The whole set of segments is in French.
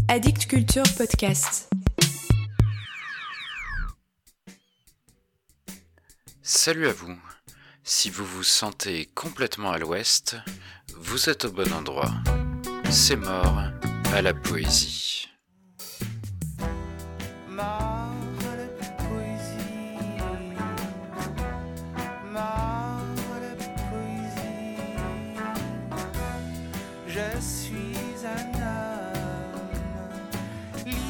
Addict Culture Podcast. Salut à vous. Si vous vous sentez complètement à l'ouest, vous êtes au bon endroit. C'est mort à la poésie. Je suis un homme libre.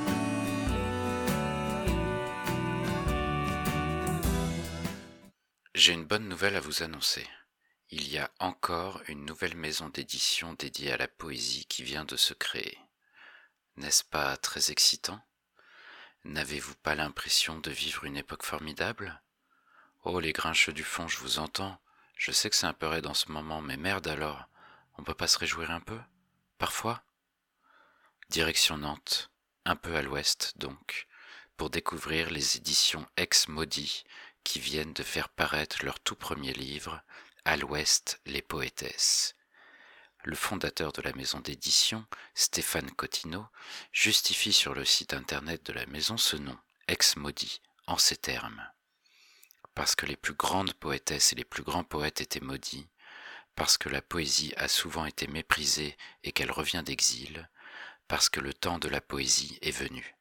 J'ai une bonne nouvelle à vous annoncer. Il y a encore une nouvelle maison d'édition dédiée à la poésie qui vient de se créer. N'est-ce pas très excitant ? N'avez-vous pas l'impression de vivre une époque formidable ? Oh les grincheux du fond, je vous entends. Je sais que c'est un peu raide en ce moment, mais merde alors. On peut pas se réjouir un peu ? Parfois ? Direction Nantes, un peu à l'ouest donc, pour découvrir les éditions Ex-Maudit qui viennent de faire paraître leur tout premier livre, À l'ouest, les poétesses. Le fondateur de la maison d'édition, Stéphane Cottineau, justifie sur le site internet de la maison ce nom, Ex-Maudit, en ces termes. Parce que les plus grandes poétesses et les plus grands poètes étaient maudits, parce que la poésie a souvent été méprisée et qu'elle revient d'exil, parce que le temps de la poésie est venu.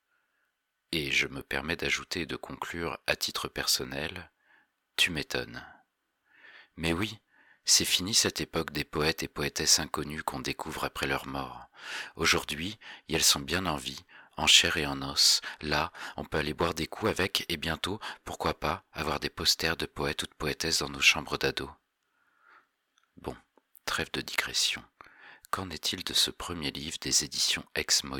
Et je me permets d'ajouter et de conclure à titre personnel, tu m'étonnes. Mais oui, c'est fini cette époque des poètes et poétesses inconnus qu'on découvre après leur mort. Aujourd'hui, elles sont bien en vie, en chair et en os. Là, on peut aller boire des coups avec et bientôt, pourquoi pas, avoir des posters de poètes ou de poétesses dans nos chambres d'ados. Bon, trêve de digression. Qu'en est-il de ce premier livre des éditions Ex-Maudit ?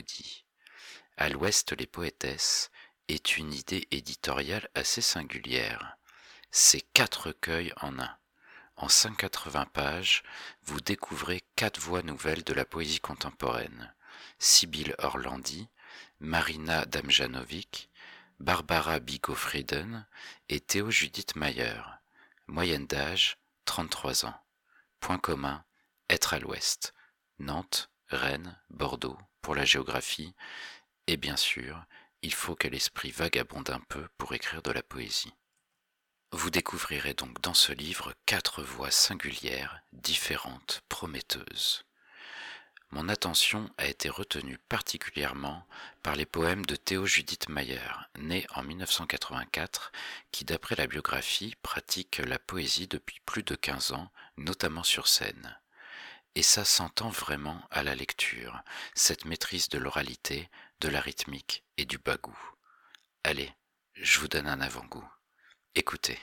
À l'ouest, les poétesses est une idée éditoriale assez singulière. C'est 4 recueils en un. En 180 pages, vous découvrez 4 voix nouvelles de la poésie contemporaine. Sibylle Orlandi, Marina Damjanovic, Barbara Bigot-Frieden et Théo Judith Mayer. Moyenne d'âge, 33 ans. Point commun, être à l'ouest. Nantes, Rennes, Bordeaux, pour la géographie. Et bien sûr, il faut que l'esprit vagabonde un peu pour écrire de la poésie. Vous découvrirez donc dans ce livre 4 voix singulières, différentes, prometteuses. Mon attention a été retenue particulièrement par les poèmes de Théo Judith Mayer, né en 1984, qui d'après la biographie pratique la poésie depuis plus de 15 ans, notamment sur scène. Et ça s'entend vraiment à la lecture, cette maîtrise de l'oralité, de la rythmique et du bagou. Allez, je vous donne un avant-goût. Écoutez.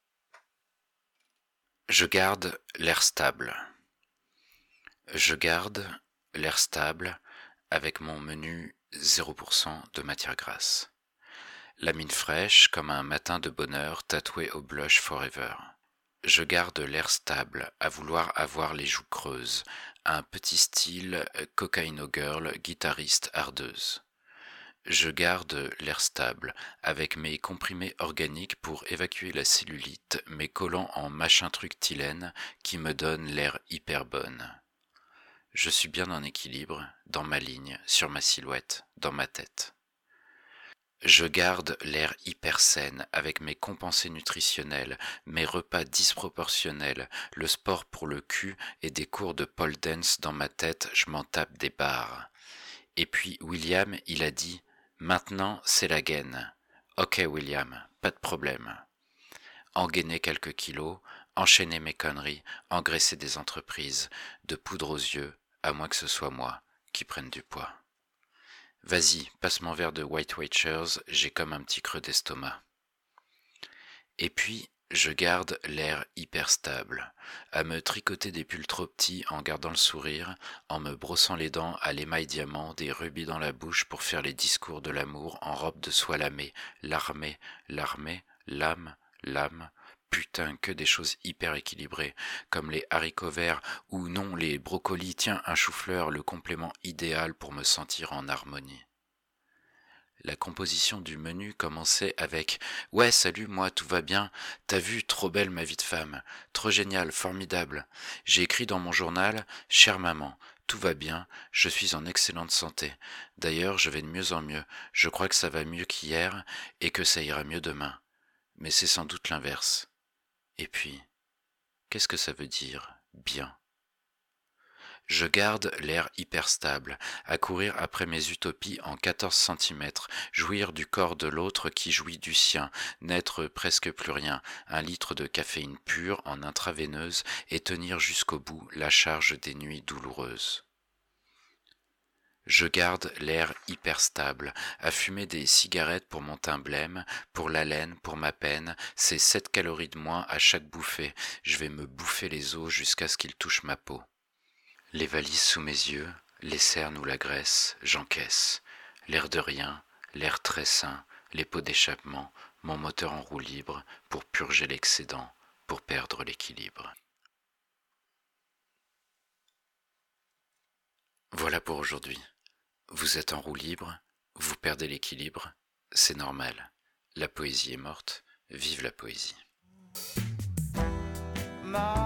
Je garde l'air stable. Je garde l'air stable avec mon menu 0% de matière grasse. La mine fraîche comme un matin de bonheur tatoué au blush forever. Je garde l'air stable à vouloir avoir les joues creuses, un petit style cocaïno girl, guitariste ardeuse. Je garde l'air stable, avec mes comprimés organiques pour évacuer la cellulite, mes collants en machin truc Tylène qui me donnent l'air hyper bonne. Je suis bien en équilibre, dans ma ligne, sur ma silhouette, dans ma tête. Je garde l'air hyper saine avec mes compensés nutritionnels, mes repas disproportionnels, le sport pour le cul et des cours de pole dance dans ma tête, je m'en tape des barres. Et puis William, il a dit « Maintenant, c'est la gaine. » Ok William, pas de problème. Engainer quelques kilos, enchaîner mes conneries, engraisser des entreprises, de poudre aux yeux, à moins que ce soit moi qui prenne du poids. Vas-y, passe mon verre de White Watchers, j'ai comme un petit creux d'estomac. Et puis, je garde l'air hyper stable, à me tricoter des pulls trop petits en gardant le sourire, en me brossant les dents à l'émail diamant, des rubis dans la bouche pour faire les discours de l'amour en robe de soie lamée, l'armée, l'âme, putain que des choses hyper équilibrées, comme les haricots verts ou non les brocolis, tiens un chou-fleur, le complément idéal pour me sentir en harmonie. La composition du menu commençait avec « Ouais, salut, moi, tout va bien. T'as vu, trop belle ma vie de femme. Trop génial, formidable. J'ai écrit dans mon journal « Chère maman, Tout va bien, je suis en excellente santé. D'ailleurs, je vais de mieux en mieux. Je crois que ça va mieux qu'hier et que ça ira mieux demain. Mais c'est sans doute l'inverse. Et puis, qu'est-ce que ça veut dire, bien ? Je garde l'air hyper stable, à courir après mes utopies en 14 centimètres, jouir du corps de l'autre qui jouit du sien, n'être presque plus rien, 1 litre de caféine pure en intraveineuse et tenir jusqu'au bout la charge des nuits douloureuses. Je garde l'air hyper stable, à fumer des cigarettes pour mon teint blême, pour l'haleine, pour ma peine, c'est 7 calories de moins à chaque bouffée, je vais me bouffer les os jusqu'à ce qu'ils touchent ma peau. Les valises sous mes yeux, les cernes ou la graisse, j'encaisse. L'air de rien, l'air très sain, les pots d'échappement, mon moteur en roue libre pour purger l'excédent, pour perdre l'équilibre. Voilà pour aujourd'hui. Vous êtes en roue libre, vous perdez l'équilibre, c'est normal. La poésie est morte, vive la poésie.